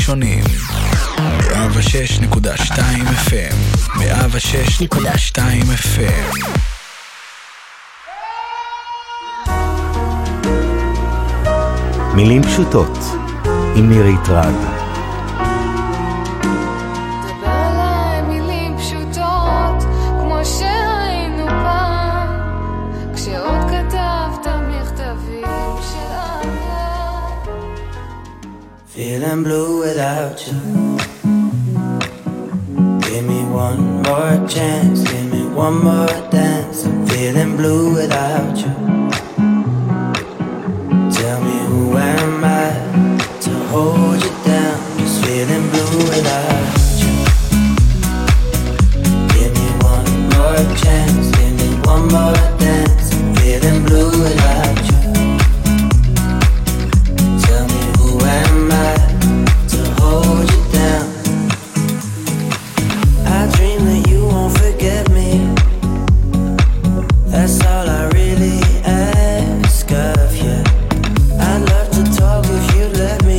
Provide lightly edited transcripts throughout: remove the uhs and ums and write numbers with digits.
הראשונים. 106.2 FM 106.2 FM. מילים פשוטות עם מירית רג. Feeling blue without you. Give me one more chance, give me one more dance. I'm feeling blue without you. Tell me who am I to hold you down? Just feeling blue without you. Give me one more chance, give me one more dance. I'm feeling blue without you. Tell me who am I to hold you down? I dream that you won't forget me. That's all I really ask of you. I'd love to talk if you'd let me.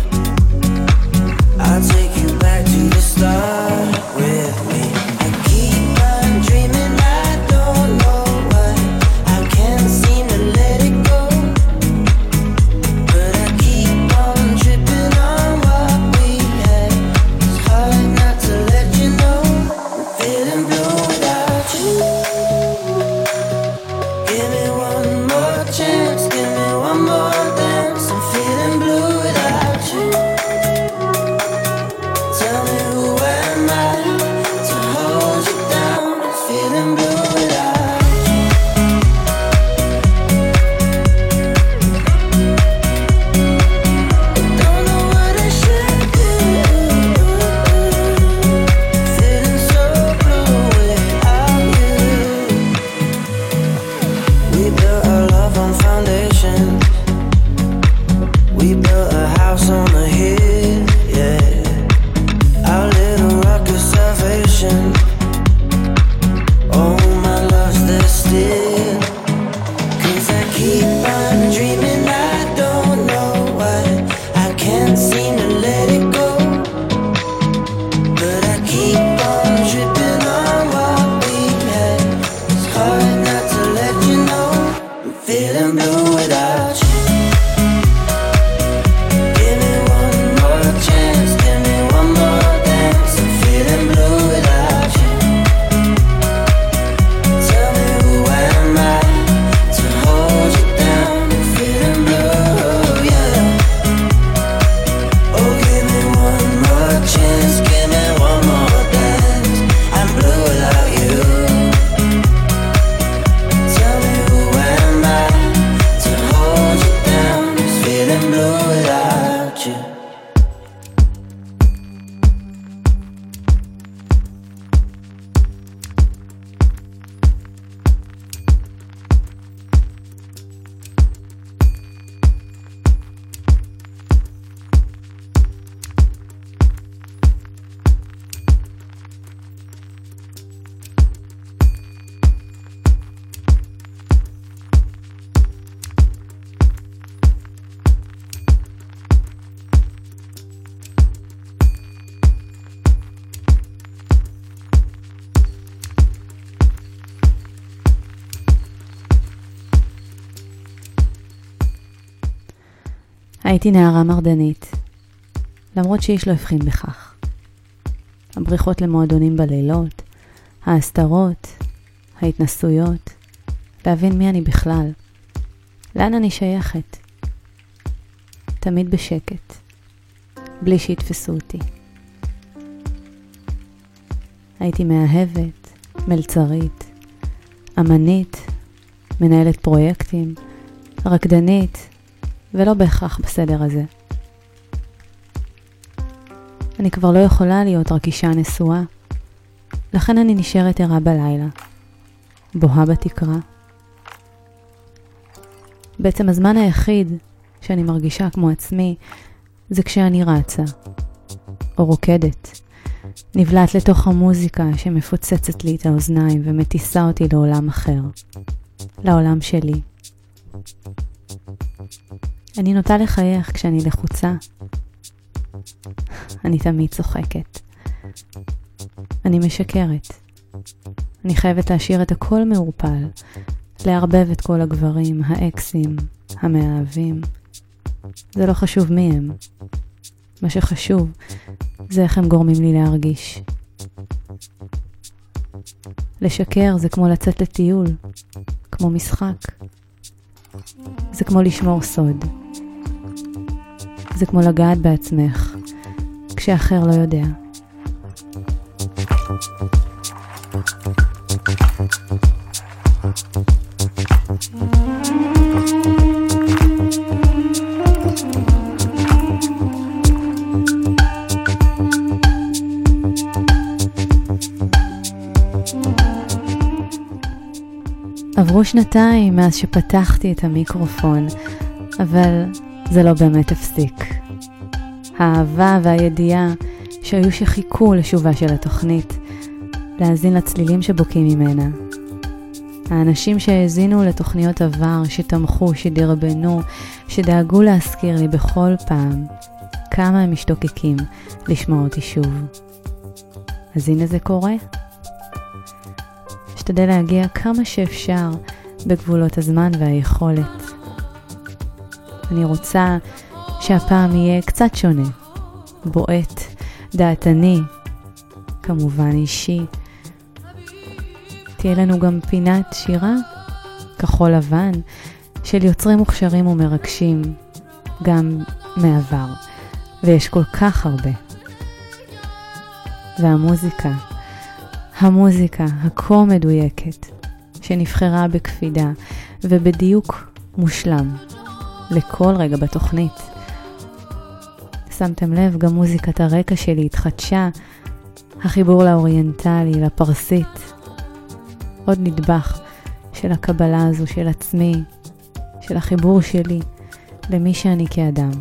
I'll take you back to the start with me. I keep on dreaming, I don't know why. I can't seem to let it go. But I keep on tripping on what we had. It's hard not to let you know. I'm feeling blue without you. Give me one more chance, give me one more dance. I'm feeling blue without you. Tell me who am I to hold you down? I'm feeling blue without you. I don't know what I should do. Feeling so blue without you. We built our love on foundation. We built a house on a hill, yeah. Our little rock of salvation. Oh, my love's there still. 'Cause I keep on dreaming, I don't know why. I can't seem to let it go. But I keep on tripping on what we had. It's hard not to let you know. I'm feeling blue without you. Give me one more chance, give me one more dance. I'm feeling blue without you. Tell me who am I to hold you down? I'm feeling blue, yeah. Oh, give me one more chance, give me one more dance. I'm blue without you. Tell me who am I to hold you down? Just feeling blue without you. הייתי נערה מרדנית, למרות שאיש לא הבחין בכך. הבריחות למועדונים בלילות, ההסתרות, ההתנסויות, להבין מי אני בכלל, לאן אני שייכת. תמיד בשקט, בלי שיתפסו אותי. הייתי מאהבת, מלצרית, אמנית, מנהלת פרויקטים, רקדנית, ולא בהכרח בסדר הזה. אני כבר לא יכולה להיות רק אישה נשואה, לכן אני נשארת ערה בלילה, בוהה בתקרה. בעצם הזמן היחיד שאני מרגישה כמו עצמי, זה כשאני רצה, או רוקדת, נבלעת לתוך המוזיקה שמפוצצת לי את האוזניים ומטיסה אותי לעולם אחר, לעולם שלי. אני נוטה לחייך כשאני לחוצה, אני תמיד צוחקת. אני משקרת. אני חייבת להשאיר את הכל מעורפל, לערבב את כל הגברים, האקסים, המאהבים. זה לא חשוב מי הם. מה שחשוב זה איך הם גורמים לי להרגיש. לשקר זה כמו לצאת לטיול, כמו משחק. זה כמו לשמור סוד. זה כמו לגעת בעצמך, כשאחר לא יודע. עברו שנתיים מאז שפתחתי את המיקרופון, אבל זה לא באמת הפסיק. האהבה והידיעה שהיו שחיכו לשובה של התוכנית, להאזין לצלילים שבוקים ממנה. האנשים שהאזינו לתוכניות עבר, שתמכו, שדרבנו, שדאגו להזכיר לי בכל פעם כמה הם משתוקקים לשמוע אותי שוב. אז הנה זה קורה. אשתדל להגיע כמה שאפשר בגבולות הזמן והיכולת. אני רוצה שהפעם יהיה קצת שונה, בועט, דעתני, כמובן אישי. תהיה לנו גם פינת שירה, כחול לבן, של יוצרים מוכשרים ומרגשים, גם מעבר, ויש כל כך הרבה. והמוזיקה, המוזיקה הכה מדויקת, שנבחרה בקפידה ובדיוק מושלם לכל רגע בתוכנית. שמתם לב, גם מוזיקת הרקע שלי התחדשה, החיבור לאוריינטלי, לפרסית, עוד נדבך של הקבלה הזו של עצמי, של החיבור שלי למי שאני כאדם.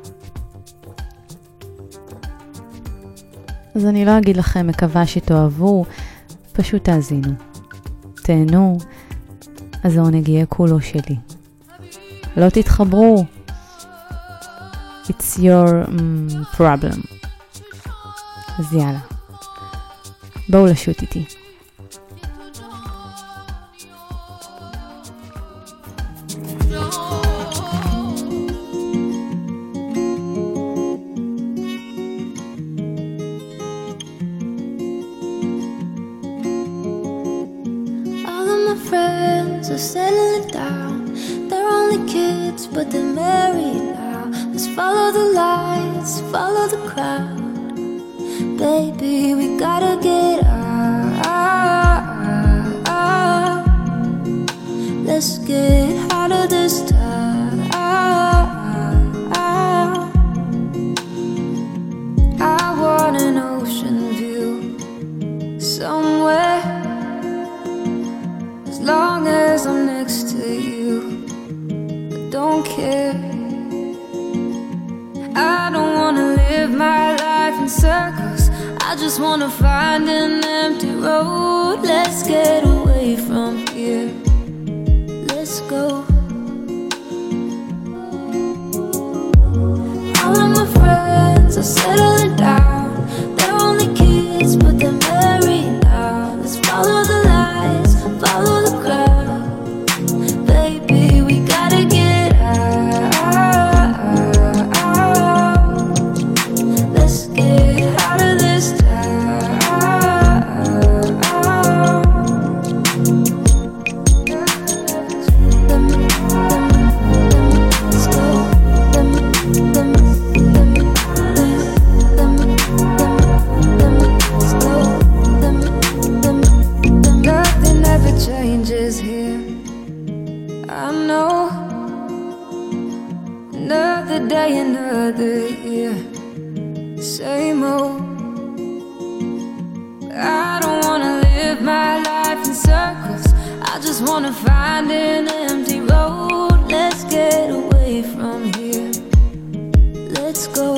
אז אני לא אגיד לכם, מקווה שתאהבו, פשוט תאזינו. תהנו, אז העונג יהיה כולו שלי. לא תתחברו. It's your problem. אז יאללה. בואו לשוט איתי. Are settling down. They're only kids, but they're married now. Let's follow the lights, follow the crowd. Baby, we gotta get out. Let's get out of this town. I want an ocean view somewhere. As long as I'm next to you, I don't care. I don't wanna live my life in circles. I just wanna find an empty road. Let's get away from here. Let's go. All of my friends are settling down. They're only kids, but they're married now. Let's follow the lights, follow the crowd. Baby, we gotta get out. Let's get out of this town. Let's go. Nothing ever changes here. I know. Another day, another year. Same old. I don't wanna live my life in circles. I just wanna find an empty road. Let's get away from here. Let's go.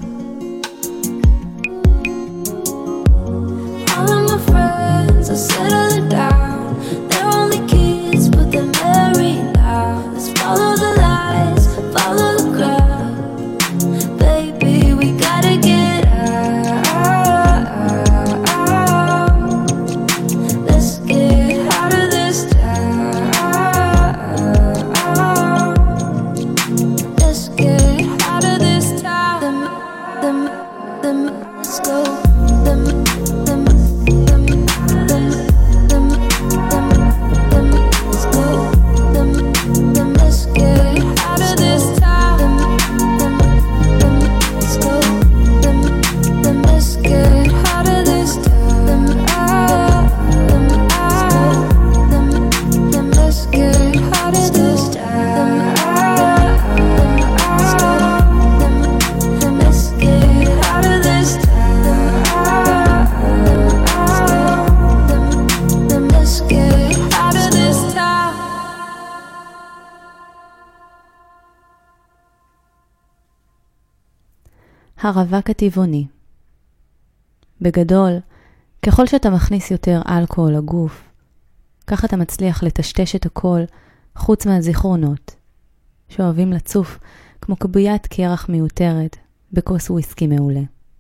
All of my friends are settling down. They're only kids, but they're married now. Let's follow the lights, follow the crowd. Baby, we gotta הרווק הטבעוני. בגדול, ככל שאתה מכניס יותר אלכוהול לגוף, כך אתה מצליח לטשטש את הכל חוץ מהזיכרונות, שאוהבים לצוף כמו קביית קרח מיותרת בכוס וויסקי מעולה.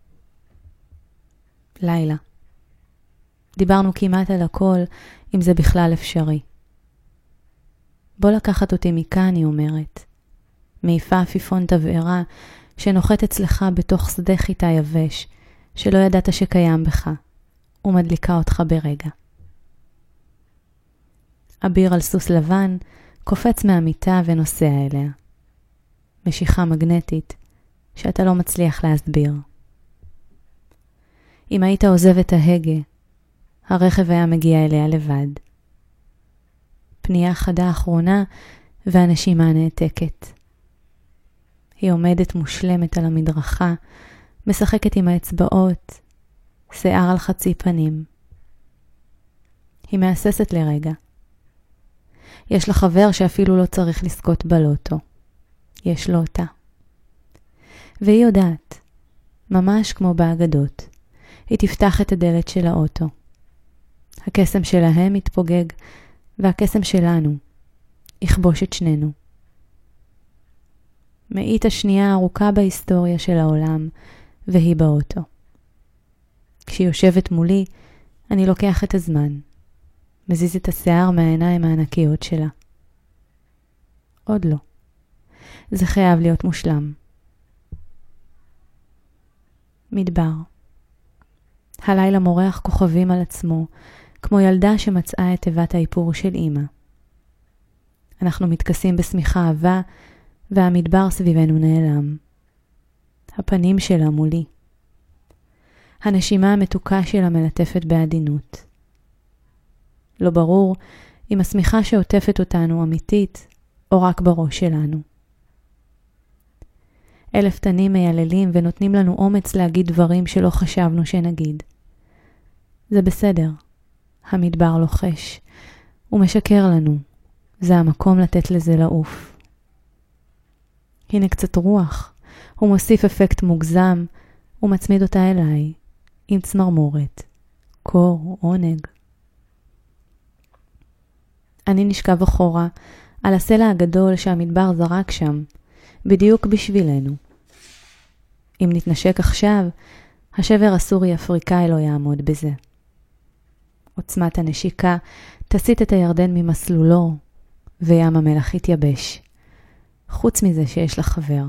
לילה. דיברנו כמעט על הכל, אם זה בכלל אפשרי. בוא לקחת אותי מכאן, היא אומרת. מעיפה עפיפון תבערה שנוחת אצלך בתוך שדה חיטה יבש, שלא ידעת שקיים בך, ומדליקה אותך ברגע. אביר על סוס לבן קופץ מהמיטה ונוסע אליה. משיכה מגנטית שאתה לא מצליח להסביר. אם היית עוזב את ההגה, הרכב היה מגיע אליה לבד. פנייה חדה אחרונה והנשימה נעתקת. היא עומדת מושלמת על המדרכה, משחקת עם האצבעות, שיער על חצי פנים. היא מאססת לרגע. יש לה חבר שאפילו לא צריך לזכות בלוטו. יש לו אותה. והיא יודעת, ממש כמו באגדות, היא תפתח את הדלת של האוטו. הקסם שלהם יתפוגג, והקסם שלנו יכבוש את שנינו. מאית השנייה הארוכה בהיסטוריה של העולם, והיא באוטו. כשהיא יושבת מולי, אני לוקח את הזמן, מזיז את השיער מהעיניים הענקיות שלה. עוד לא. זה חייב להיות מושלם. מדבר. הלילה מורח כוכבים על עצמו, כמו ילדה שמצאה את תיבת האיפור של אמא. אנחנו מתכסים בשמיכה אהבה, והמדבר סביבנו נעלם. הפנים שלה מולי. הנשימה המתוקה שלה מלטפת בעדינות. לא ברור אם השמיכה שעוטפת אותנו אמיתית, או רק בראש שלנו. 1000 תנים מייללים ונותנים לנו אומץ להגיד דברים שלא חשבנו שנגיד. זה בסדר. המדבר לוחש. הוא משקר לנו. זה המקום לתת לזה לעוף. הנה קצת רוח. הוא מוסיף אפקט מוגזם. הוא מצמיד אותה אליי. עם צמרמורת. קור, עונג. אני נשכב אחורה על הסלע הגדול שהמדבר זרק שם. בדיוק בשבילנו. אם נתנשק עכשיו, השבר הסורי-אפריקאי לא יעמוד בזה. עוצמת הנשיקה תסיט את הירדן ממסלולו, וים המלח יתייבש. חוץ מזה שיש לה חבר.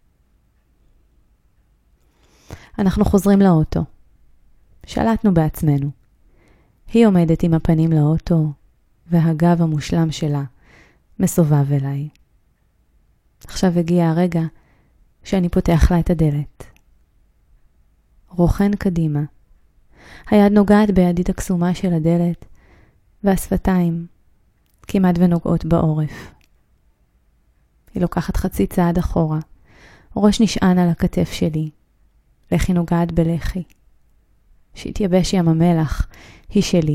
אנחנו חוזרים לאוטו. שלטנו בעצמנו. היא עומדת עם הפנים לאוטו, והגב המושלם שלה מסובב אליי. עכשיו הגיע הרגע שאני פותח לה את הדלת. רוחן קדימה. היד נוגעת בידית הקסומה של הדלת, והשפתיים כמעט ונוגעות בעורף. היא לוקחת חצי צעד אחורה. ראש נשען על הכתף שלי. לחי נוגעת בלחי. שהתייבש ים המלח, היא שלי.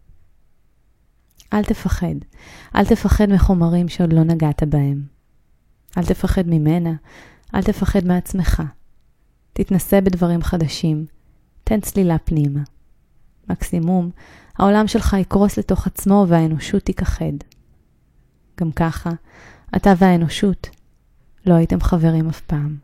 אל תפחד. אל תפחד מחומרים שעוד לא נגעת בהם. אל תפחד ממנה. אל תפחד מעצמך. תתנסה בדברים חדשים. תן צלילה פנימה. מקסימום, העולם שלך יקרוס לתוך עצמו והאנושות תיכחד. גם ככה, אתה והאנושות לא הייתם חברים אף פעם.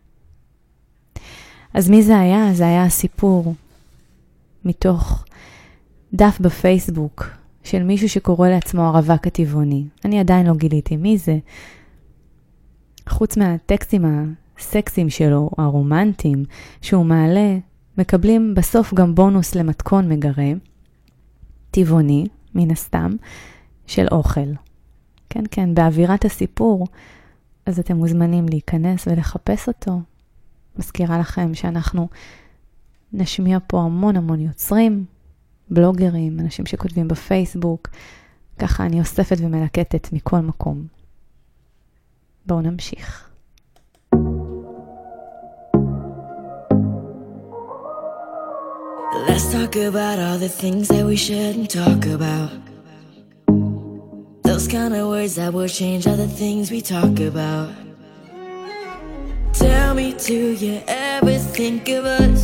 אז מי זה היה? זה היה הסיפור מתוך דף בפייסבוק של מישהו שקורא לעצמו הרווק הטבעוני. אני עדיין לא גיליתי מי זה. חוץ מהטקסטים הסקסיים שלו, הרומנטיים, שהוא מעלה, מקבלים בסוף גם בונוס למתכון מגרה, טבעוני, מן הסתם, של אוכל. כן, כן, באווירת הסיפור, אז אתם מוזמנים להיכנס ולחפש אותו. מזכירה לכם שאנחנו נשמיע פה המון יוצרים, בלוגרים, אנשים שכותבים בפייסבוק, ככה אני אוספת ומלקטת מכל מקום. בואו נמשיך. Let's talk about all the things that we shouldn't talk about. Those kind of words that will change all the things we talk about. Tell Tell me, do you ever think of us?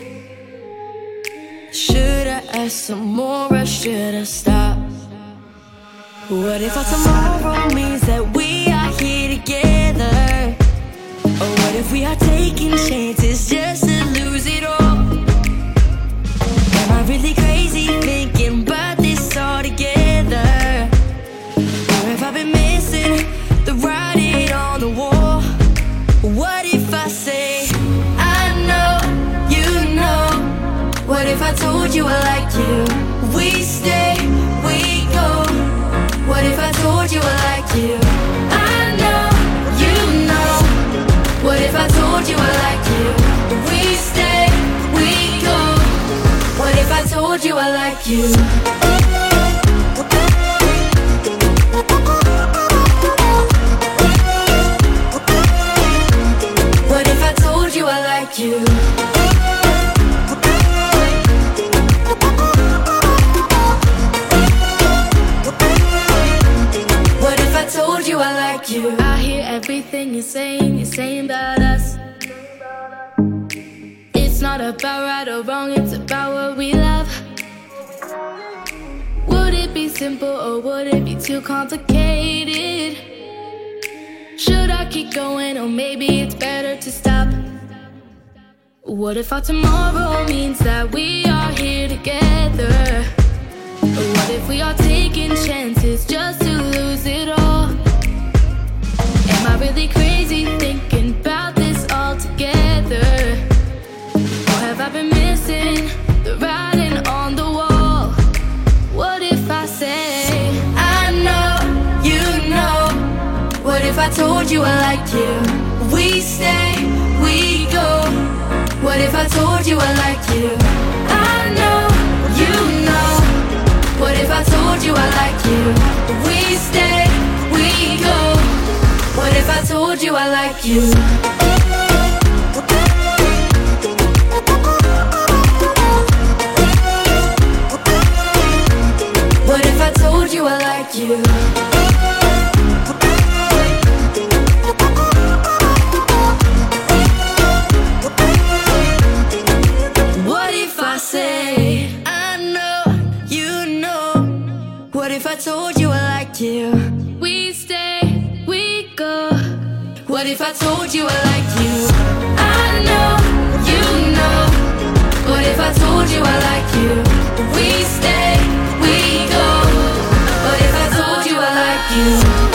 Should I ask some more or should I stop? What if our tomorrow means that we are here together? Or what if we are taking chances just to lose it all? Am I really crazy thinking about this all together? Or have I been missing the writing on the wall? What if I say, I know, you know? What if I told you I like you? We stay, we go. What if I told you I like you? I know, you know. What if I told you I like you? We stay, we go. What if I told you I like you? What if I told you I like you? What if I told you I like you? I hear everything you're saying about us. It's not about right or wrong, it's about what we love. Would it be simple or would it be too complicated? Should I keep going or maybe it's better to stop? What if our tomorrow means that we are here together? Or what if we are taking chances just to lose it all? Am I really crazy thinking about this all together? Or have I been missing the writing on the wall? What if I say, I know, you know? What if I told you I like you? We stay, we go. What if I told you I like you? I know, you know. What if I told you I like you? We stay, we go. What if I told you I like you? What if I told you I like you? What if I say, I know, you know? What if I told you I like you? We stay, we go. What if I told you I like you? I know, you know. What if I told you I like you? We stay, we go. What if I told you I like you?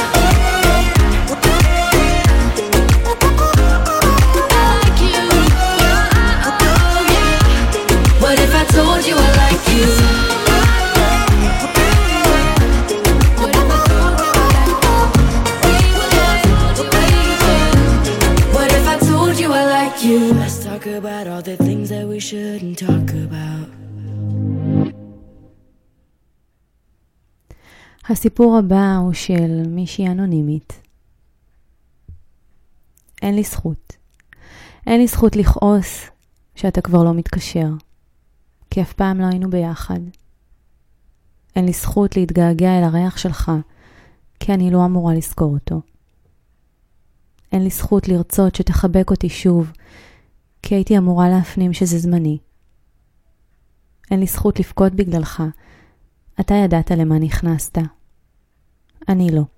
I like you. Oh, yeah. What if I told you I like you? Let's talk about all the things that we shouldn't talk about. הסיפור הבא הוא של מישהי אנונימית. אין לי זכות. אין לי זכות לכעוס שאתה כבר לא מתקשר, כי אף פעם לא היינו ביחד. אין לי זכות להתגעגע אל הריח שלך, כי אני לא אמורה לזכור אותו. אין לי זכות לרצות שתחבק אותי שוב, כי הייתי אמורה להפנים שזה זמני. אין לי זכות לפקוד בגללך. אתה ידעת למה נכנסת. אני לא.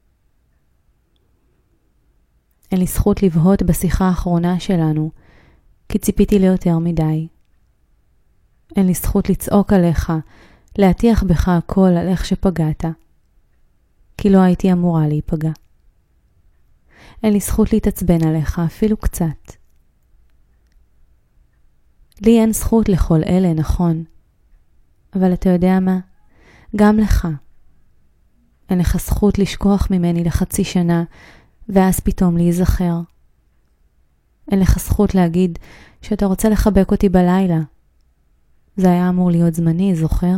אין לי זכות לבהות בשיחה האחרונה שלנו, כי ציפיתי ליותר מדי. אין לי זכות לצעוק עליך, להטיח בך הכל על איך שפגעת, כי לא הייתי אמורה להיפגע. אין לי זכות להתעצבן עליך אפילו קצת. לי אין זכות לכל אלה, נכון. אבל אתה יודע מה? גם לך. אין לך זכות לשכוח ממני לחצי שנה, ואז פתאום להיזכר. אין לך זכות להגיד שאתה רוצה לחבק אותי בלילה. זה היה אמור להיות זמני, זוכר?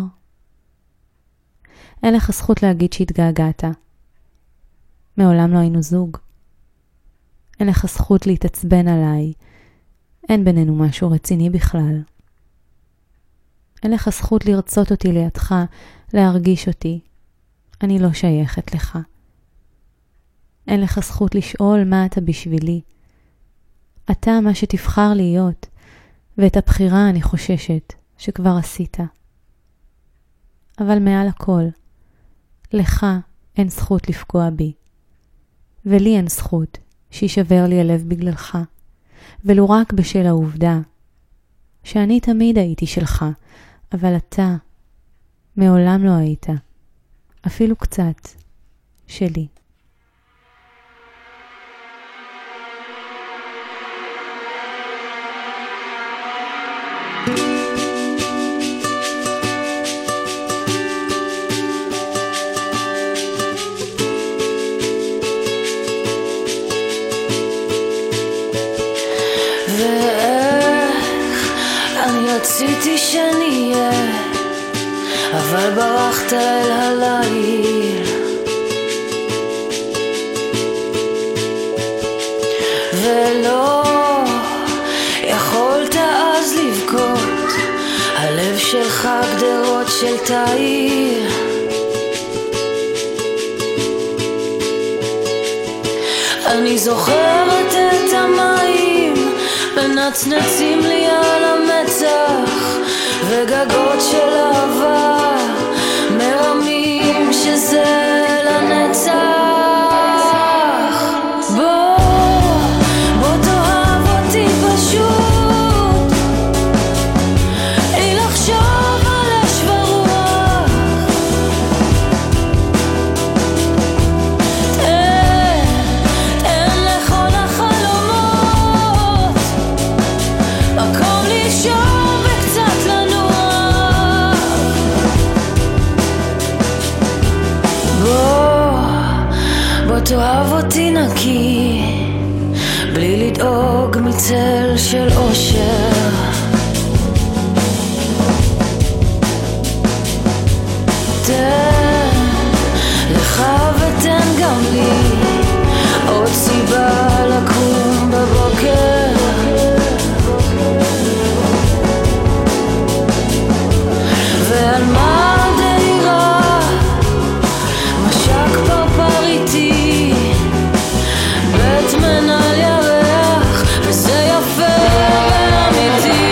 אין לך זכות להגיד שהתגעגעת. מעולם לא היינו זוג. אין לך זכות להתעצבן עליי. אין בינינו משהו רציני בכלל. אין לך זכות לרצות אותי לידך, להרגיש אותי. אני לא שייכת לך. אין לך זכות לשאול מה אתה בשבילי. אתה מה שתבחר להיות, ואת הבחירה אני חוששת שכבר עשית. אבל מעל הכל, לך אין זכות לפגוע בי, ולי אין זכות שישבר לי הלב בגללך, ולו רק בשל העובדה שאני תמיד הייתי שלך, אבל אתה מעולם לא היית, אפילו קצת, שלי. רציתי שנהיה, אבל ברחת אל הליל, ולא יכולת אז לבכות, הלב שלך גדרות של תאיר. אני זוכרת את המים מנצנצים לי על המצח, וגגות של אהבה מרמים שזה לנצח. בוא תאהב אותי פשוט, אי לחשוב על אש ורוח, תן לכל החלומות מקום לישון וקצת לנוח. בוא תאהב אותי נקי, בלי לדאוג מצל של אושר, תן לך ותן גם לי עוד סיבה לקום בבוקר, ועל מה דהירה משק פרפר איתי, בית מנהל ירח וזה יפה ואמיתי.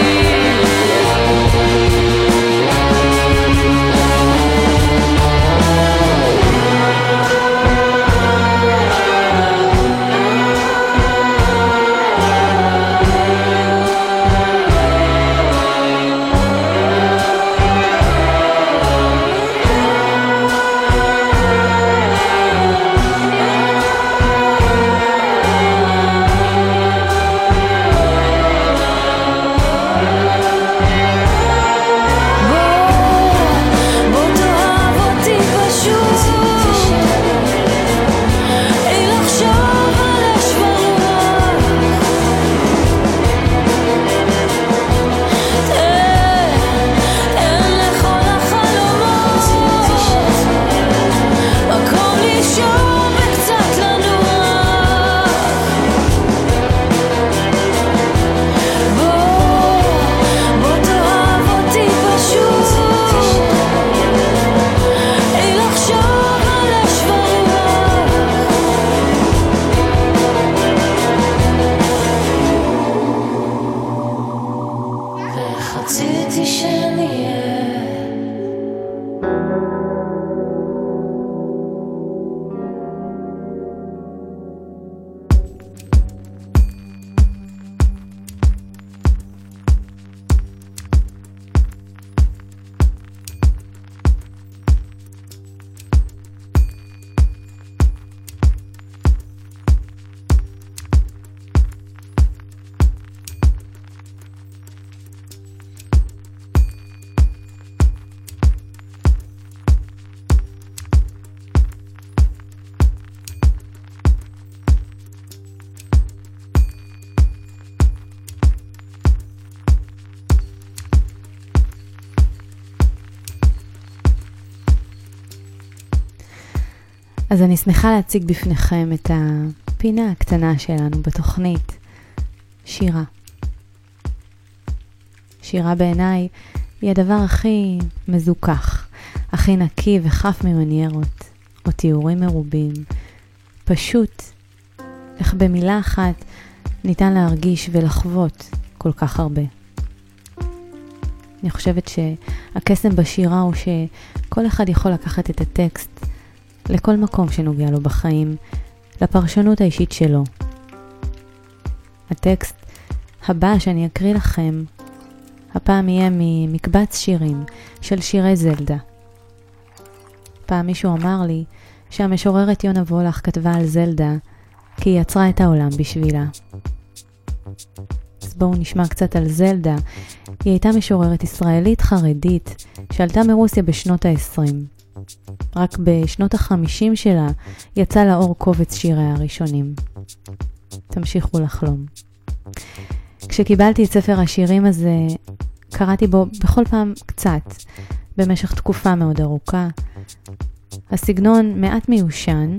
אז אני שמחה להציג בפניכם את הפינה הקטנה שלנו בתוכנית, שירה. שירה בעיניי היא הדבר הכי מזוכח, הכי נקי וחף ממניירות, או תיאורים מרובים. פשוט, איך במילה אחת ניתן להרגיש ולחוות כל כך הרבה. אני חושבת שהקסם בשירה הוא שכל אחד יכול לקחת את הטקסט לכל מקום שנוגע לו בחיים, לפרשנות האישית שלו. הטקסט הבא שאני אקריא לכם, הפעם יהיה ממקבץ שירים של שירי זלדה. פעם מישהו אמר לי שהמשוררת יונה וולך כתבה על זלדה כי היא יצרה את העולם בשבילה. אז בואו נשמע קצת על זלדה. היא הייתה משוררת ישראלית חרדית שעלתה מרוסיה בשנות ה-20. רק בשנות ה-50 שלה יצא לאור קובץ שיריה הראשונים. תמשיכו לחלום. כשקיבלתי את ספר השירים הזה, קראתי בו בכל פעם קצת, במשך תקופה מאוד ארוכה. הסגנון מעט מיושן,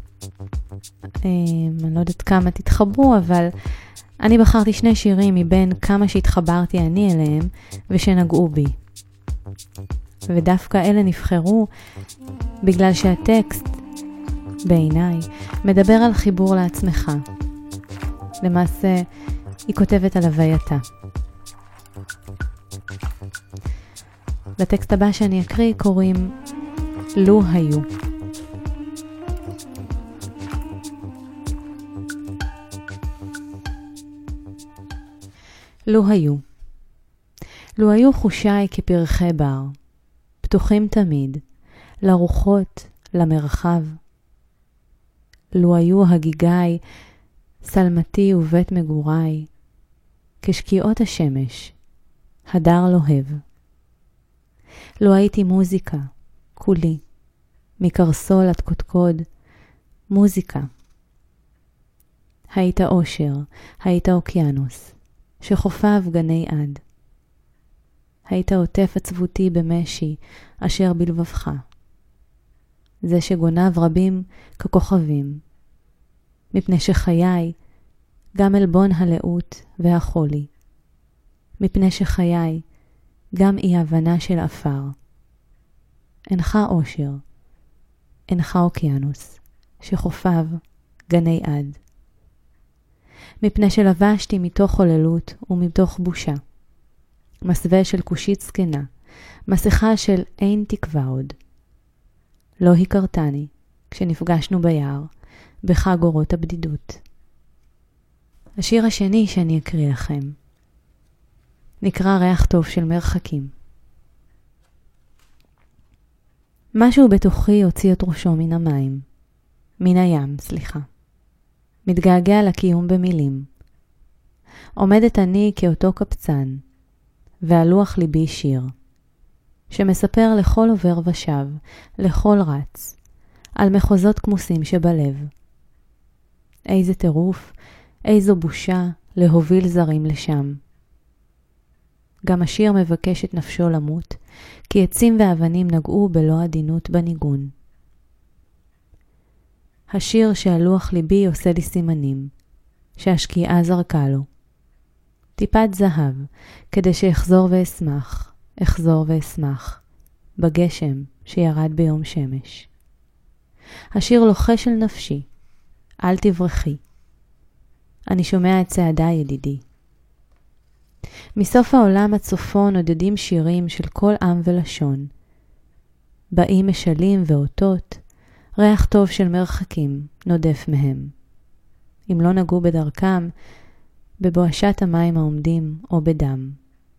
אני לא יודעת כמה תתחברו, אבל אני בחרתי 2 שירים מבין כמה שהתחברתי אני אליהם ושנגעו בי. ודווקא אלה נבחרו בגלל שהטקסט, בעיניי, מדבר על חיבור לעצמך. למעשה, היא כותבת על הווייתה. לטקסט הבא שאני אקריא קוראים לו היו. לו היו. לו היו חושיי כפרחי בר, פתוחים תמיד, לרוחות, למרחב. לו היו הגיגי, סלמתי ובית מגוריי, כשקיעות השמש, הדר לוהב. לו הייתי מוזיקה, כולי, מקרסול עד קודקוד, מוזיקה. היית אושר, היית אוקיינוס, שחופיו גני עד. היית עוטף עצבותי במשי, אשר בלבבך. זה שגונב רבים ככוכבים, מפני שחיי, גם אלבון הלאות והחולי. מפני שחיי, גם אי הבנה של אפר. אינך אושר, אינך אוקיינוס, שחופיו גני עד. מפני שלבשתי מתוך חוללות ומתוך בושה. מסווה של קושית זקנה, מסכה של אין תקווה עוד. לא הכרתני כשנפגשנו ביער, בחג אורות הבדידות. השיר השני שאני אקריא לכם נקרא ריח טוב של מרחקים. משהו בתוכי הוציא את ראשו מן המים, מן הים, מתגעגע לקיום במילים. עומדת אני כאותו קפצן, והלוח ליבי שיר, שמספר לכל עובר ושב, לכל רץ, על מחוזות כמוסים שבלב. איזה טירוף, איזו בושה להוביל זרים לשם. גם השיר מבקש את נפשו למות, כי עצים ואבנים נגעו בלא עדינות בניגון. השיר שהלוח ליבי עושה לי סימנים, שהשקיעה זרקה לו. טיפת זהב, כדי שאחזור ואשמח, אחזור ואשמח, בגשם שירד ביום שמש. השיר לוחש של נפשי, אל תברחי. אני שומע את צעדה ידידי. מסוף העולם הצופון עודדים שירים של כל עם ולשון. באים משלים ואותות, ריח טוב של מרחקים נודף מהם. אם לא נגעו בדרכם, בבואשת המים העומדים או בדם.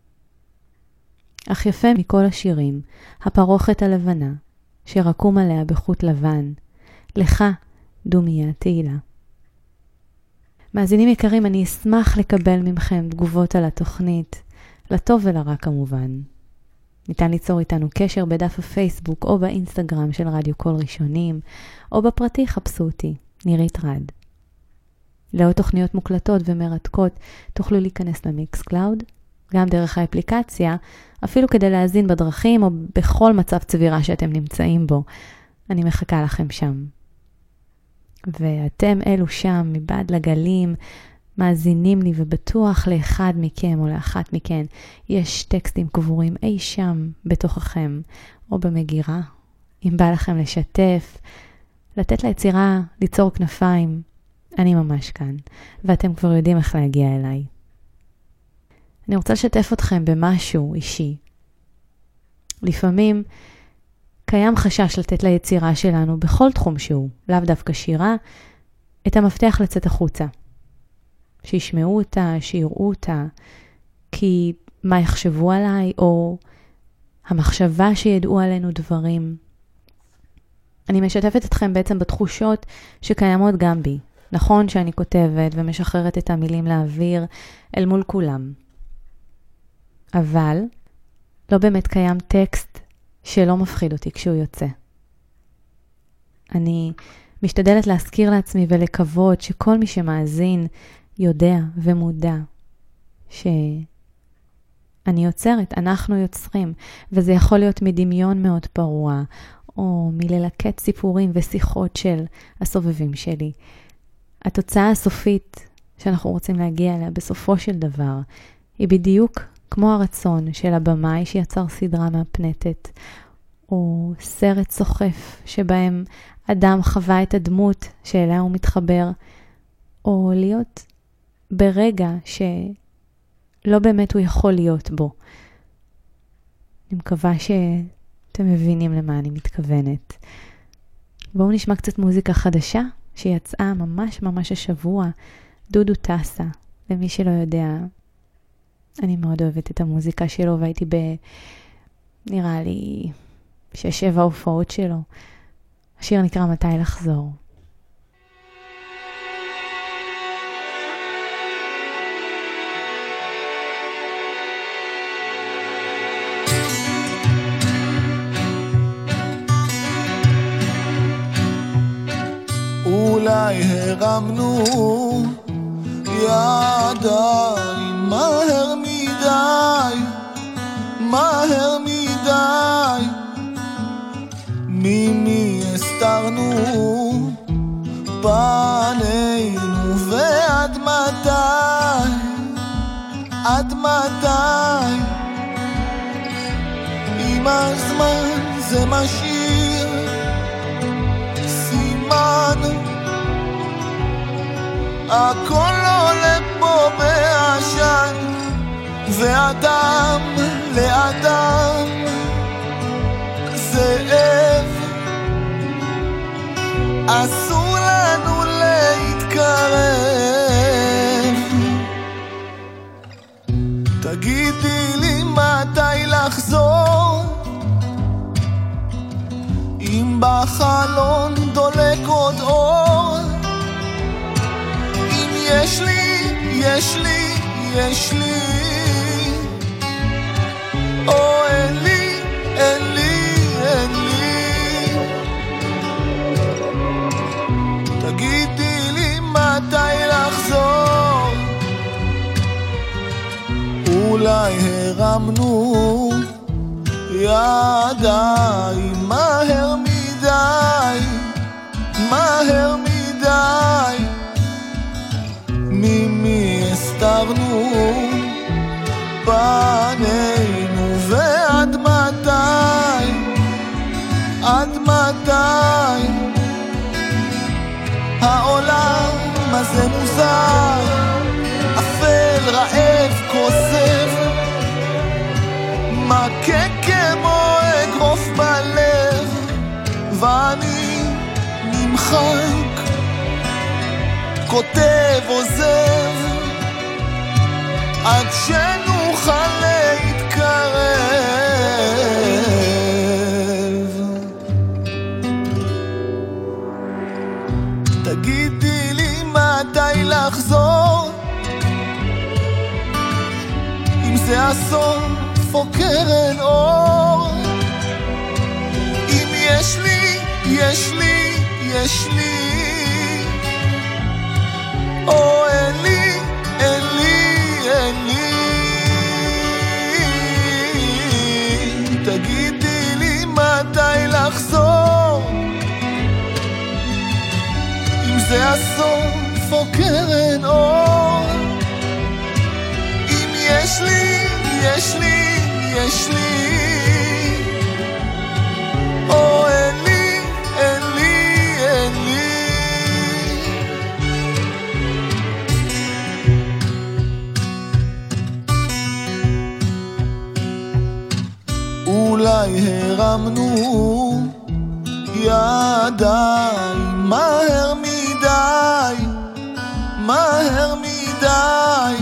אך יפה מכל השירים, הפרוכת הלבנה, שרקום עליה בחוט לבן, לך דומיה תהילה. מאזינים יקרים, אני אשמח לקבל ממכם תגובות על התוכנית, לטוב ולרע כמובן. ניתן ליצור איתנו קשר בדף הפייסבוק או באינסטגרם של רדיו קול ראשונים, או בפרטי חפשו אותי, נירית רד. לעוד תוכניות מוקלטות ומרתקות תוכלו להיכנס למיקס קלאוד, גם דרך האפליקציה, אפילו כדי להאזין בדרכים או בכל מצב צבירה שאתם נמצאים בו. אני מחכה לכם שם. ואתם אלו שם מבעד לגלים מאזינים לי, ובטוח לאחד מכם או לאחת מכן יש טקסטים קבורים אי שם בתוככם או במגירה. אם בא לכם לשתף, לתת ליצירה ליצור כנפיים, אני ממש כאן, ואתם כבר יודעים איך להגיע אליי. אני רוצה לשתף אתכם במשהו אישי. לפעמים קיים חשש לתת ליצירה שלנו בכל תחום שהוא, לאו דווקא שירה, את המפתח לצאת החוצה. שישמעו אותה, שיראו אותה, כי מה יחשבו עליי, או המחשבה שידעו עלינו דברים. אני משתפת אתכם בעצם בתחושות שקיימות גם בי. נכון שאני כותבת ומשחררת את המילים לאוויר אל מול כולם. אבל לא באמת קיים טקסט שלא מפחיד אותי כשהוא יוצא. אני משתדלת להזכיר לעצמי ולקוות שכל מי שמאזין יודע ומודע שאני יוצרת, אנחנו יוצרים, וזה יכול להיות מדמיון מאוד פרוע, או מללקט סיפורים ושיחות של הסובבים שלי. התוצאה הסופית שאנחנו רוצים להגיע אליה בסופו של דבר, היא בדיוק כמו הרצון של הבמאי שיצר סדרה מהפנטת, או סרט סוחף שבהם אדם חווה את הדמות שאליה הוא מתחבר, או להיות ברגע שלא באמת הוא יכול להיות בו. אני מקווה שאתם מבינים למה אני מתכוונת. בואו נשמע קצת מוזיקה חדשה שיצאה ממש השבוע, דודו טסה. למי שלא יודע, אני מאוד אוהבת את המוזיקה שלו, והייתי נראה לי 6-7 הופעות שלו. השיר נקרא מתי לחזור. אולי הרמנו ידיים מהר מדי, ממי הסתרנו פנינו, ועד מתי עם הזמן זה משאיר סימן, הכל עולה פה בעשן, ואדם לאדם זאב, אסור לנו להתקרב. תגידי לי מתי לחזור, אם בחלון דולק עוד אור, אם יש לי או אין לי. תגידי לי מתי לחזור, אולי הרמנו ידיים מהר מדי, ממי הסתרנו פנינו, ועד מתי העולם הזה מוזר, אפל, רעב, כוסף, מכה כמו אגרוף בלב, ואני נמחק, כותב, עוזב, עד שנוכל להתקרב. תגידי לי מתי לחזור, אם זה הסוף או קרן אור, אם יש לי או אין לי. תגידי לי מתי לחזור, אם זה הסוף או קרן אור, אם יש לי או אין לי. הרמנו ידיי מהר מדי, מהר מדי.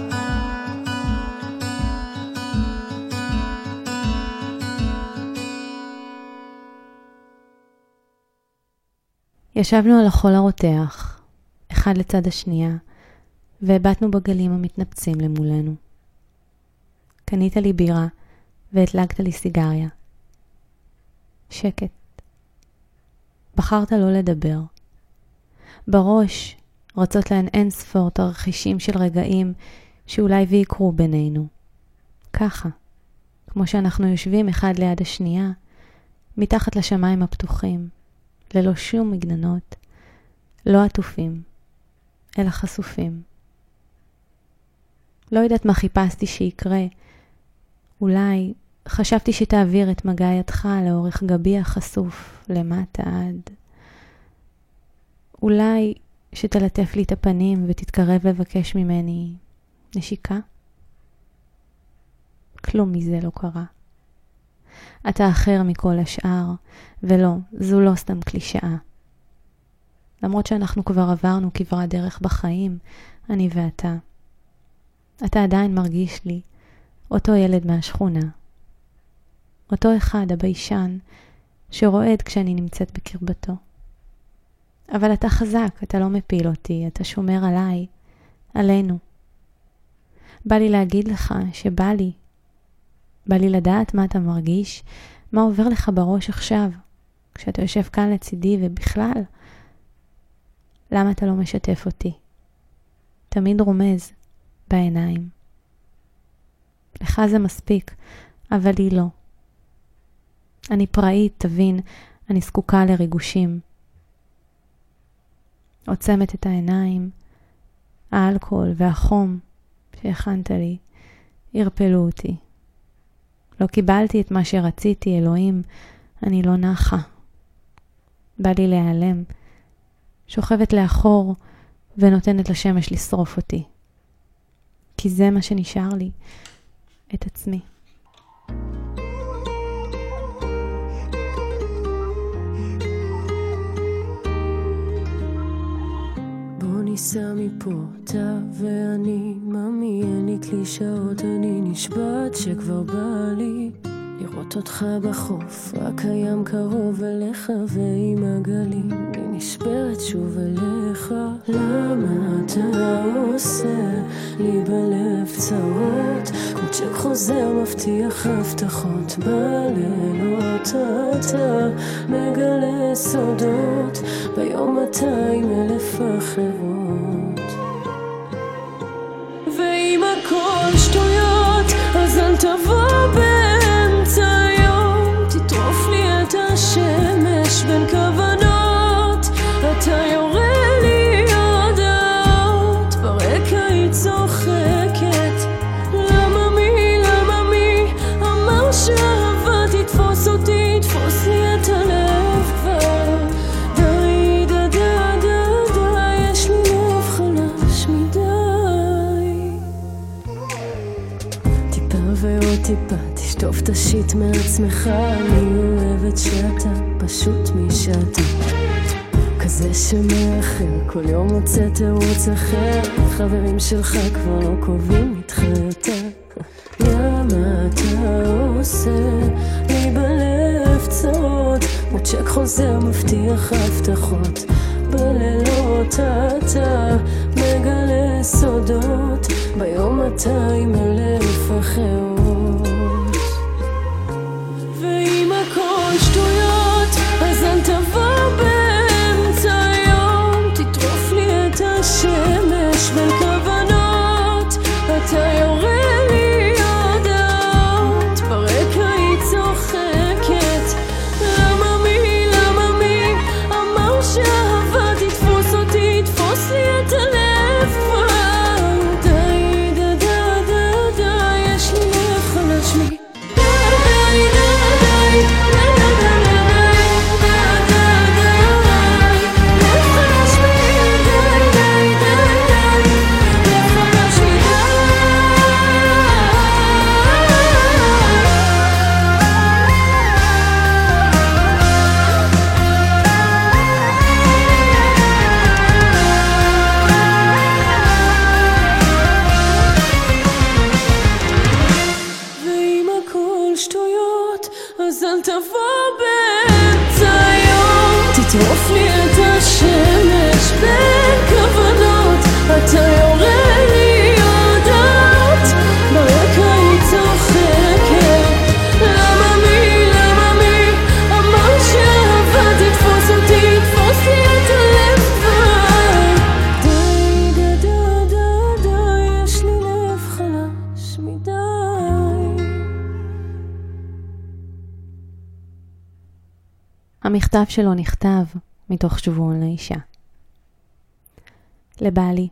ישבנו על החול הרותח, אחד לצד השנייה, והבטנו בגלים המתנפצים למולנו. קנית לי בירה והדלקת לי סיגריה. שקט. בחרת לא לדבר. בראש רצות להן אין ספור תרחישים של רגעים שאולי ויקרו בינינו. ככה, כמו שאנחנו יושבים אחד ליד השנייה, מתחת לשמיים הפתוחים, ללא שום מגננות, לא עטופים, אלא חשופים. לא יודעת מה חיפשתי שיקרה. אולי חשבתי שתעביר את מגע ידך לאורך גבי החשוף למטה עד. אולי שתלטף לי את הפנים ותתקרב לבקש ממני נשיקה. כלום מזה לא קרה. אתה אחר מכל השאר, ולא, זו לא סתם קלישאה. למרות שאנחנו כבר עברנו כברת דרך בחיים, אני ואתה. אתה עדיין מרגיש לי אותו ילד מהשכונה. אותו אחד הביישן שרועד כשאני נמצאת בקרבתו. אבל אתה חזק, אתה לא מפיל אותי, אתה שומר עליי, עלינו. בא לי להגיד לך שבא לי. בא לי לדעת מה אתה מרגיש, מה עובר לך בראש עכשיו, כשאתה יושב כאן לצידי ובכלל. למה אתה לא משתף אותי? תמיד רומז בעיניים. לך זה מספיק, אבל לי לא. אני פראית, תבין, אני זקוקה לריגושים. עוצמת את העיניים, האלכוהול והחום שהכנת לי, הרפלו אותי. לא קיבלתי את מה שרציתי, אלוהים, אני לא נחה. בא לי להיעלם, שוכבת לאחור ונותנת לשמש לשרוף אותי. כי זה מה שנשאר לי, את עצמי. בוא ניסע מפה, אתה ואני, ממי, אין לי קלישאות, אני נשבעת שכבר בא לי לראות אותך בחוף, רק הים קרוב אליך ועם הגלים, אני נשברת שוב אליך. למה אתה עושה לי בלב צרות, כמו צ'ק חוזר מבטיח הבטחות, בלילות אתה מגלה סודות, ביום 200,000 אחרות. ואם הכל שטויות אז אל תבוא באמצע היום, תטרוף לי את השמש בין כוונות, אתה יורה לי הודעות, ברקע היא צוחקת. למה מי אמר שאהבה תתפוס אותי, תפוס לי את הלב כבר. די יש לי לב חלש מדי. טיפה ועוד טיפה תשטוף את השיט מעצמך, אני אוהבת שאתה פשוט מי שאתה, כזה שמאחר, כל יום מוצא תירוץ אחר, חברים שלך כבר לא קובעים איתך יותר. למה אתה עושה לי בלב צרות, כמו צ'ק חוזר מבטיח הבטחות, בלילות אתה מגלה סודות, ביום 200,000 אחרות. ואם הכל שטויות אז אל תבוא באמצע היום, תטרוף לי את השמש בין כוונות, אתה יורה לי הודעות, ברקע היא צוחקת. למה מי אמר שאהבה תתפוס אותי, תפוס לי את הלב כבר. די יש לי תבוא באמצע היום, תטרוף לי את השמש בין כוונות, אתה יורה לי יודעת, ברקע היא צוחקת. למה מי אמר שאהבה תתפוס אותי, תתפוס לי את הלב כבר. די, יש לי לב חלש מדי. המכתב שלו נכתב מתוך שבועון לאישה. לבעלי,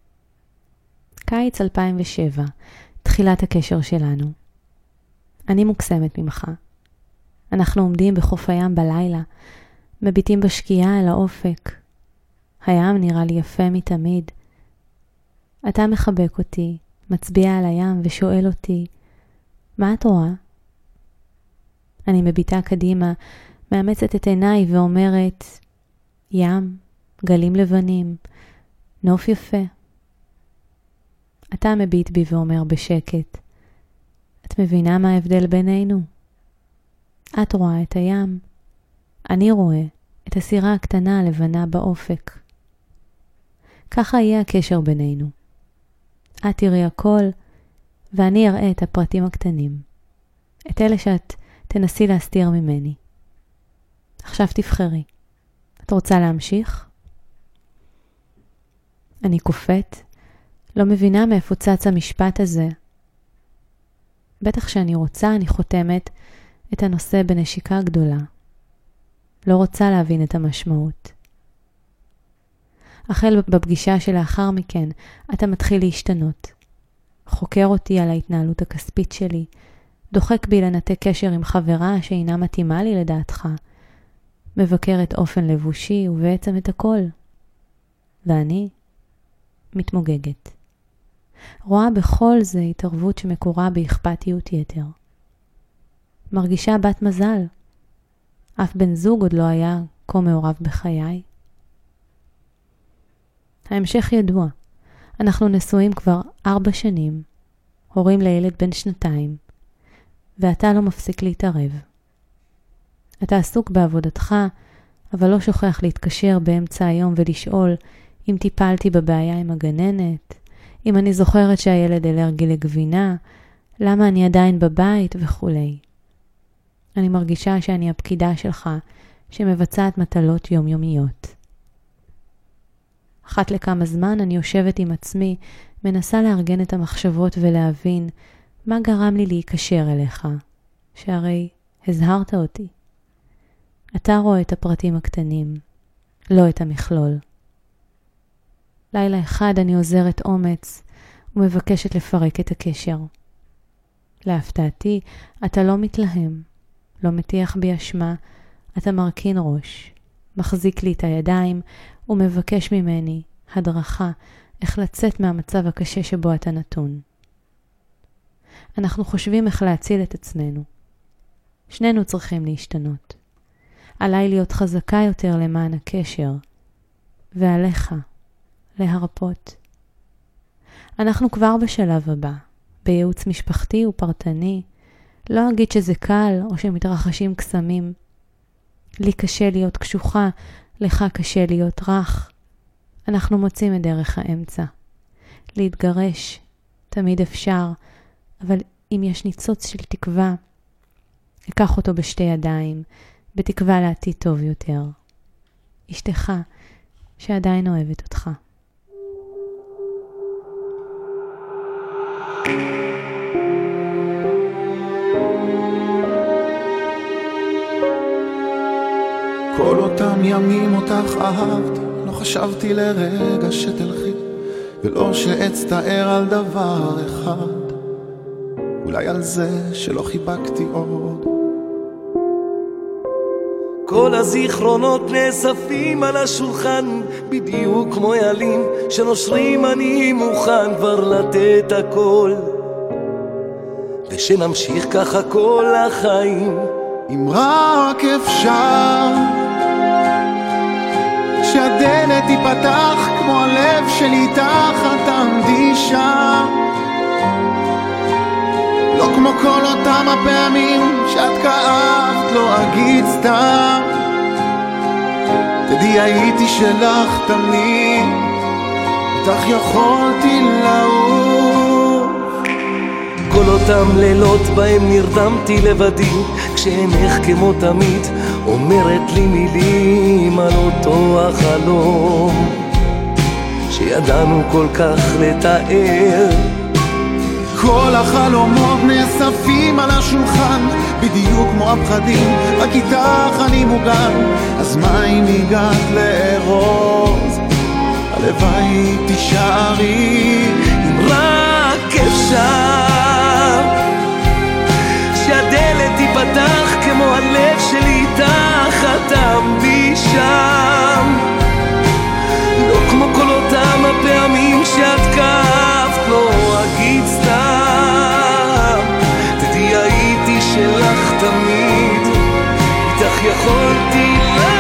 קיץ 2007, תחילת הקשר שלנו. אני מוקסמת ממך. אנחנו עומדים בחוף הים בלילה, מביטים בשקיעה אל האופק. הים נראה לי יפה מתמיד. אתה מחבק אותי, מצביע על הים ושואל אותי, מה את רואה? אני מביטה קדימה, מאמצת את עיניי ואומרת, ים, גלים לבנים, נוף יפה. אתה מביט בי ואומר בשקט, את מבינה מה ההבדל בינינו? את רואה את הים, אני רואה את הסירה הקטנה הלבנה באופק. ככה יהיה הקשר בינינו. את תראי הכל, ואני אראה את הפרטים הקטנים. את אלה שאת תנסי להסתיר ממני. עכשיו תבחרי. את רוצה להמשיך? אני קופאת, לא מבינה מאיפה צץ המשפט הזה. בטח שאני רוצה, אני חותמת את הנושא בנשיקה גדולה. לא רוצה להבין את המשמעות. החל בפגישה שלאחר מכן, אתה מתחיל להשתנות. חוקר אותי על ההתנהלות הכספית שלי, דוחק בי לנתק קשר עם חברה שאינה מתאימה לי לדעתך, מבקר את אופן לבושי ובעצם את הכל. ואני מתמוגגת. רואה בכל זה התערבות שמקורה באכפתיות יתר. מרגישה בת מזל. אף בן זוג עוד לא היה כה מעורב בחיי. ההמשך ידוע. אנחנו נשואים כבר 4 שנים, הורים לילד בן 2, ואתה לא מפסיק להתערב. אתה עסוק בעבודתך, אבל לא שוכח להתקשר באמצע היום ולשאול אם טיפלתי בבעיה עם הגננת, אם אני זוכרת שהילד אלרגי לגבינה, למה אני עדיין בבית וכו'. אני מרגישה שאני הפקידה שלך שמבצעת מטלות יומיומיות. אחת לכמה זמן אני יושבת עם עצמי, מנסה לארגן את המחשבות ולהבין מה גרם לי להיקשר אליך, שהרי הזהרת אותי. אתה רואה את הפרטים הקטנים, לא את המכלול. לילה אחד אני עוזרת אומץ ומבקשת לפרק את הקשר. להפתעתי, אתה לא מתלהם, לא מטיח בי אשמה, אתה מרכין ראש, מחזיק לי את הידיים ומבקש ממני הדרכה איך לצאת מהמצב הקשה שבו אתה נתון. אנחנו חושבים איך להציל את עצמנו. שנינו צריכים להשתנות. עליי להיות חזקה יותר למען הקשר, ועליך להרפות. אנחנו כבר בשלב הבא, בייעוץ משפחתי ופרטני. לא אגיד שזה קל או שמתרחשים קסמים. לי קשה להיות קשוחה, לך קשה להיות רך. אנחנו מוצאים את דרך האמצע. להתגרש תמיד אפשר, אבל אם יש ניצוץ של תקווה, אקח אותו בשתי ידיים, בתקווה לעתיד טוב יותר. אשתך שעדיין אוהבת אותך. כל אותם ימים אותך אהבתי, לא חשבתי לרגע שתלכי, ולא שאצטער על דבר אחד, אולי על זה שלא חיבקתי עוד. כל הזיכרונות נאספים על השולחן, בדיוק כמו ילדים שנושרים. אני מוכן כבר לתת הכל, ושנמשיך ככה כל החיים. אם רק אפשר שהדלת תיפתח כמו הלב שלי תחת תעמדי שם, לא כמו כל אותם הפעמים שאת כאבת לא אגיד סתם, תדעי הייתי שלך תמיד, איתך יכולתי לעוף. כל אותם לילות בהם נרדמתי לבדי, כשעינך כמו תמיד אומרת לי מילים על אותו החלום שידענו כל כך לתאר. כל החלומות נאספים על השולחן, בדיוק כמו הפחדים, רק איתך אני מוגן. אז מה אם הגעת לארוז, הלוואי תישארי. אם רק אפשר שהדלת תיפתח כמו הלב שלי איתך, את תעמדי שם, לא כמו כל אותם הפעמים שאת כאבת לא אגיד סתם, תדעי הייתי שלך תמיד, איתך יכולתי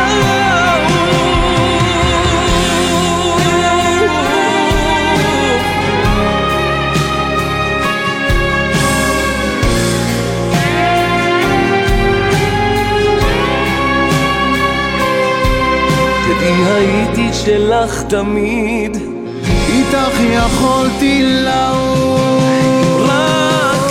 הייתי שלך תמיד, איתך יכולתי לעוף. רק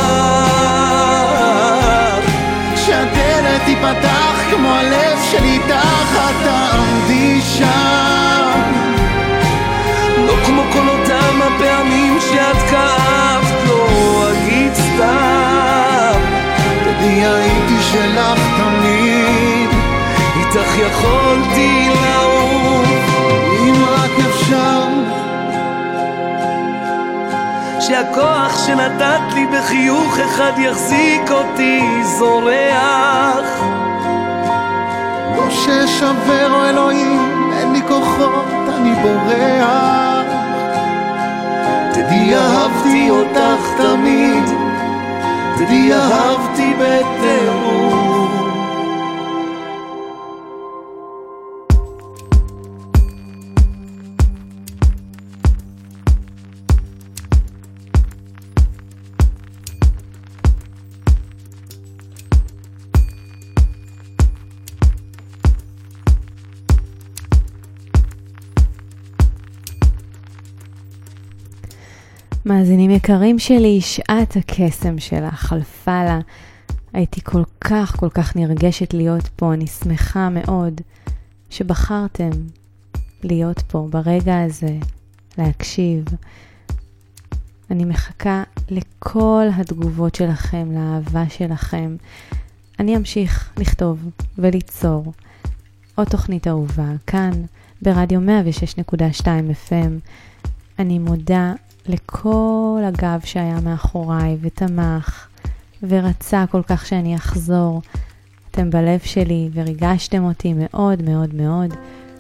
אפשר שהדלת תיפתח כמו הלב שלי איתך, את תעמדי שם, לא כמו כל אותם הפעמים שאת כאבת לא אגיד סתם, תדעי הייתי שלך תמיד, איתך יכולתי לעוף. אם רק אפשר שהכוח שנתת לי בחיוך אחד יחזיק אותי זורח, לא ששבר או אלוהים, אין לי כוחות, אני בורח. תדעי אהבתי אותך תמיד, תדעי אהבתי בטירוף. מאזינים יקרים שלי, שעת הקסם שלה חלפה לה. הייתי כל כך נרגשת להיות פה. אני שמחה מאוד שבחרתם להיות פה ברגע הזה, להקשיב. אני מחכה לכל התגובות שלכם, לאהבה שלכם. אני אמשיך לכתוב וליצור עוד תוכנית אהובה כאן ברדיו 106.2 FM. אני מודה לכל הגב שהיה מאחוריי ותמך ורצה כל כך שאני אחזור. אתם בלב שלי וריגשתם אותי מאוד מאוד מאוד.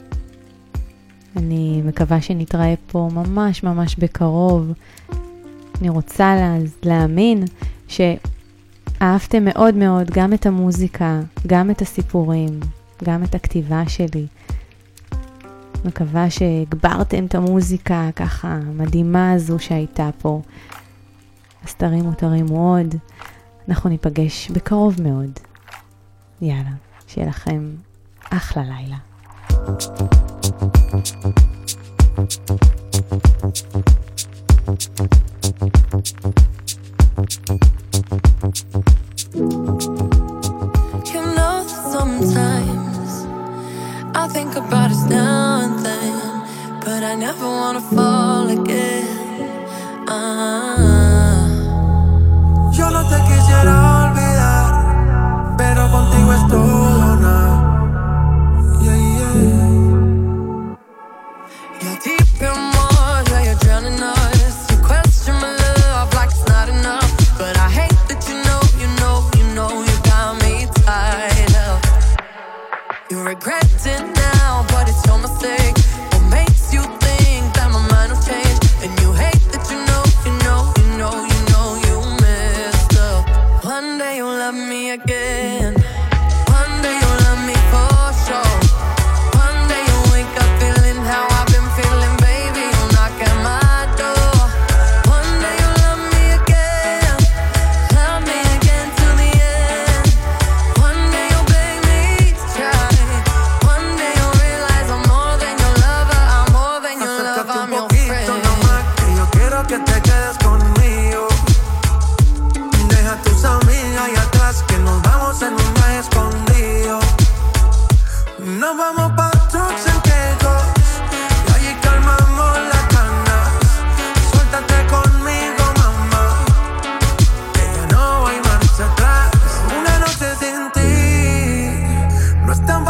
אני מקווה שנתראה פה ממש בקרוב. אני רוצה להאמין שאהבתם מאוד מאוד גם את המוזיקה, גם את הסיפורים, גם את הכתיבה שלי. מקווה שהגברתם את המוזיקה ככה מדהימה הזו שהייתה פה. אז תרימו עוד. אנחנו ניפגש בקרוב מאוד. יאללה, שיהיה לכם אחלה לילה. You know sometimes I think about us now and then, but I never wanna fall again. Yo no te quisiera olvidar, pero contigo es todo nada. Yeah, yeah. You're deep in water, yeah, you're drowning us. You question my love like it's not enough, but I hate that you know you got me tied up. You regret it now, but it's your mistake. What makes you think that my mind will change? And you hate that you know you messed up. One day you'll love me again. One day you'll love me for sure. One day you'll wake up feeling how I've been feeling, baby. You'll knock at my door. One day you'll love me again till the end.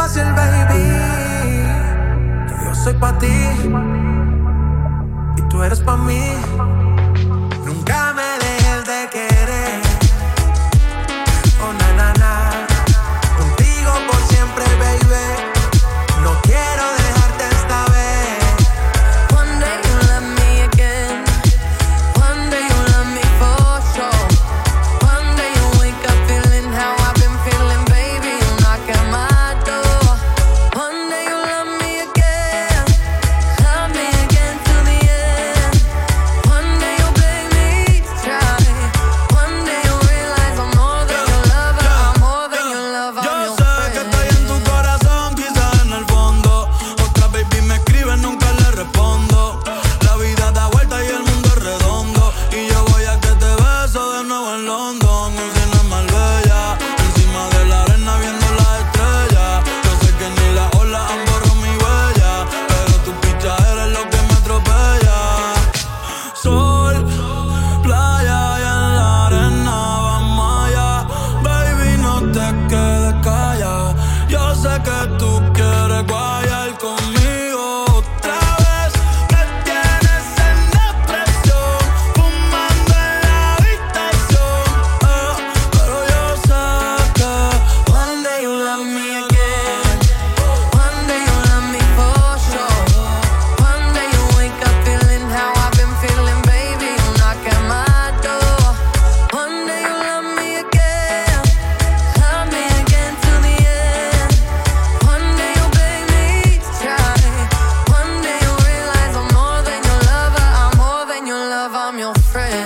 fácil, baby, que yo soy pa' ti y tú eres pa' mí. Nunca me dejes de querer. Oh, na, na, na. Contigo por siempre, baby. No quiero dejarte esta vez. One day you love me again. One day you love me for sure. One day you wake up feeling how I've been feeling, baby. You knock at my door. One day you love me again. Love me again till the end. One day you'll beg me to try. One day you'll realize I'm more than your lover. I'm more than your lover. I'm your Yo sé que estoy en tu corazón, quizás en el fondo. Otra baby me escribe, nunca le respondo. La vida da vuelta y el mundo es redondo. Y yo voy a que te beso de nuevo en London. Un cine en Marbella, encima de la arena viendo las estrellas. Yo sé que ni las olas han borrado mi huella, pero tu picha eres lo que me atropella. Sol, playa y en la arena vamos allá. Baby, no te quedes callada. Yo sé que tú quieres guayar conmigo otra vez. Me tienes en depresión, fumando en la habitación. Pero yo sé que One day you love me again. One day you love me for sure. One day you wake up feeling how I've been feeling, baby. You knock at my door. One day you love me again. Love me again till the end. One day you'll beg me to try. One day you'll realize I'm more than your lover. I'm more than your lover. I'm your friend.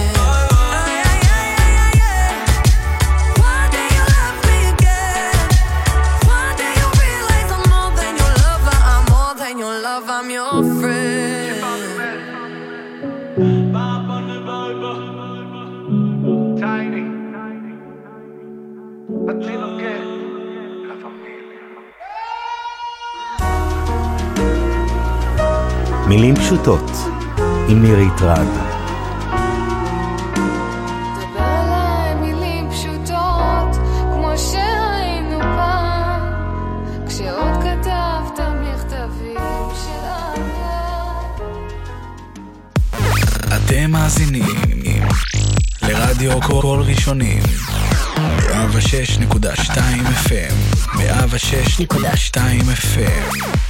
One day you love me again. One day you realize I'm more than your lover. I'm more than your lover. I'm your friend. Tiny. A ti lo que la familia. מילים פשוטות עם מירית רג. דבר אליי מילים פשוטות כמו שהיינו פעם, כשעוד כתבת מכתבים של אהבה. אתם מאזינים לרדיו קול ראשונים 106.2 FM 106.2 FM